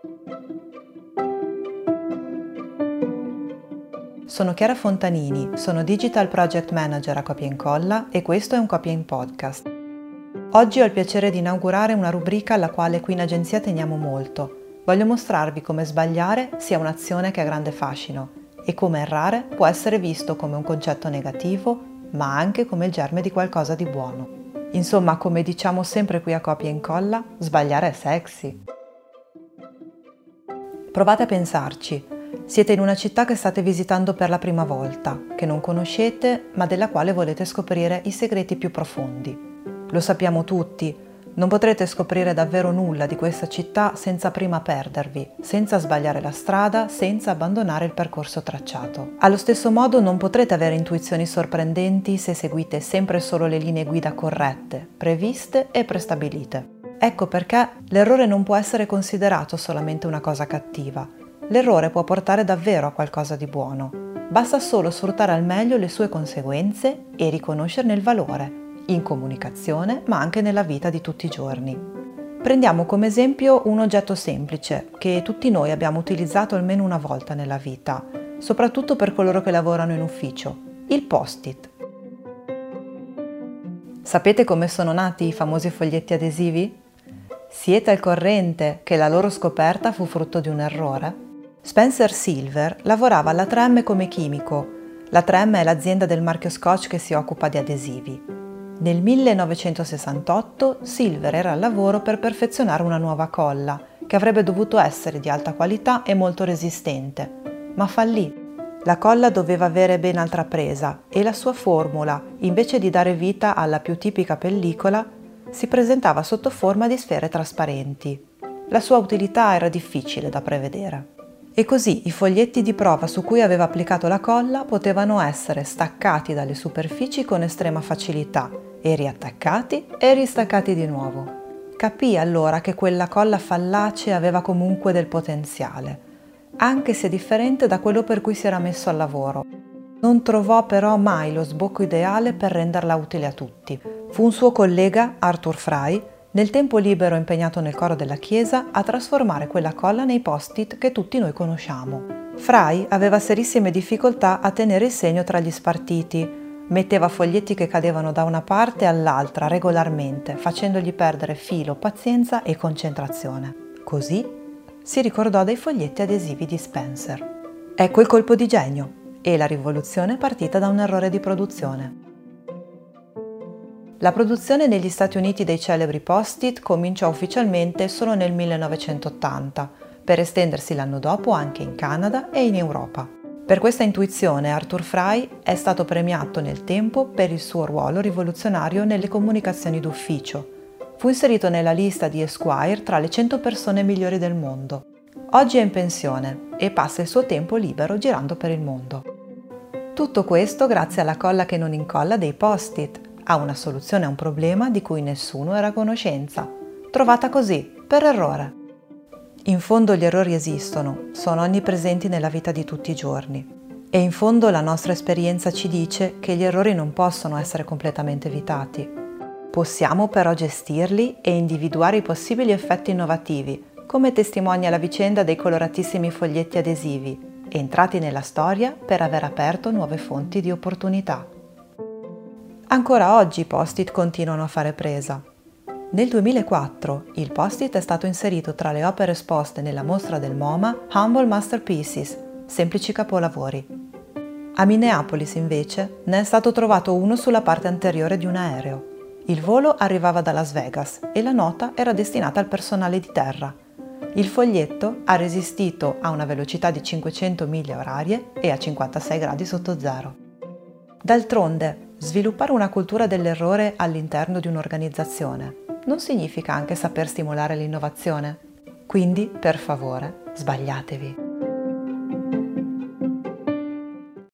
Sono Chiara Fontanini, sono Digital Project Manager a Copia e Incolla e questo è un Copia In Podcast. Oggi ho il piacere di inaugurare una rubrica alla quale qui in agenzia teniamo molto. Voglio mostrarvi come sbagliare sia un'azione che ha grande fascino e come errare può essere visto come un concetto negativo, ma anche come il germe di qualcosa di buono. Insomma, come diciamo sempre qui a Copia e Incolla, sbagliare è sexy. Provate a pensarci. Siete in una città che state visitando per la prima volta, che non conoscete, ma della quale volete scoprire i segreti più profondi. Lo sappiamo tutti, non potrete scoprire davvero nulla di questa città senza prima perdervi, senza sbagliare la strada, senza abbandonare il percorso tracciato. Allo stesso modo non potrete avere intuizioni sorprendenti se seguite sempre solo le linee guida corrette, previste e prestabilite. Ecco perché l'errore non può essere considerato solamente una cosa cattiva. L'errore può portare davvero a qualcosa di buono. Basta solo sfruttare al meglio le sue conseguenze e riconoscerne il valore, in comunicazione ma anche nella vita di tutti i giorni. Prendiamo come esempio un oggetto semplice che tutti noi abbiamo utilizzato almeno una volta nella vita, soprattutto per coloro che lavorano in ufficio, il post-it. Sapete come sono nati i famosi foglietti adesivi? Siete al corrente che la loro scoperta fu frutto di un errore? Spencer Silver lavorava alla 3M come chimico. La 3M è l'azienda del marchio Scotch che si occupa di adesivi. Nel 1968 Silver era al lavoro per perfezionare una nuova colla che avrebbe dovuto essere di alta qualità e molto resistente, ma fallì. La colla doveva avere ben altra presa e la sua formula, invece di dare vita alla più tipica pellicola, si presentava sotto forma di sfere trasparenti. La sua utilità era difficile da prevedere. E così i foglietti di prova su cui aveva applicato la colla potevano essere staccati dalle superfici con estrema facilità e riattaccati e ristaccati di nuovo. Capì allora che quella colla fallace aveva comunque del potenziale, anche se differente da quello per cui si era messo al lavoro. Non trovò però mai lo sbocco ideale per renderla utile a tutti. Fu un suo collega, Arthur Fry, nel tempo libero impegnato nel coro della chiesa, a trasformare quella colla nei post-it che tutti noi conosciamo. Fry aveva serissime difficoltà a tenere il segno tra gli spartiti. Metteva foglietti che cadevano da una parte all'altra regolarmente, facendogli perdere filo, pazienza e concentrazione. Così si ricordò dei foglietti adesivi di Spencer. Ecco il colpo di genio e la rivoluzione è partita da un errore di produzione. La produzione negli Stati Uniti dei celebri post-it cominciò ufficialmente solo nel 1980, per estendersi l'anno dopo anche in Canada e in Europa. Per questa intuizione Arthur Fry è stato premiato nel tempo per il suo ruolo rivoluzionario nelle comunicazioni d'ufficio. Fu inserito nella lista di Esquire tra le 100 persone migliori del mondo. Oggi è in pensione e passa il suo tempo libero girando per il mondo. Tutto questo grazie alla colla che non incolla dei post-it, a una soluzione a un problema di cui nessuno era a conoscenza, trovata così, per errore. In fondo gli errori esistono, sono onnipresenti nella vita di tutti i giorni. E in fondo la nostra esperienza ci dice che gli errori non possono essere completamente evitati. Possiamo però gestirli e individuare i possibili effetti innovativi, come testimonia la vicenda dei coloratissimi foglietti adesivi, entrati nella storia per aver aperto nuove fonti di opportunità. Ancora oggi i post-it continuano a fare presa. Nel 2004 il post-it è stato inserito tra le opere esposte nella mostra del MoMA Humble Masterpieces, semplici capolavori. A Minneapolis invece ne è stato trovato uno sulla parte anteriore di un aereo. Il volo arrivava da Las Vegas e la nota era destinata al personale di terra. Il foglietto ha resistito a una velocità di 500 miglia orarie e a 56 gradi sotto zero. D'altronde, sviluppare una cultura dell'errore all'interno di un'organizzazione non significa anche saper stimolare l'innovazione? Quindi, per favore, sbagliatevi.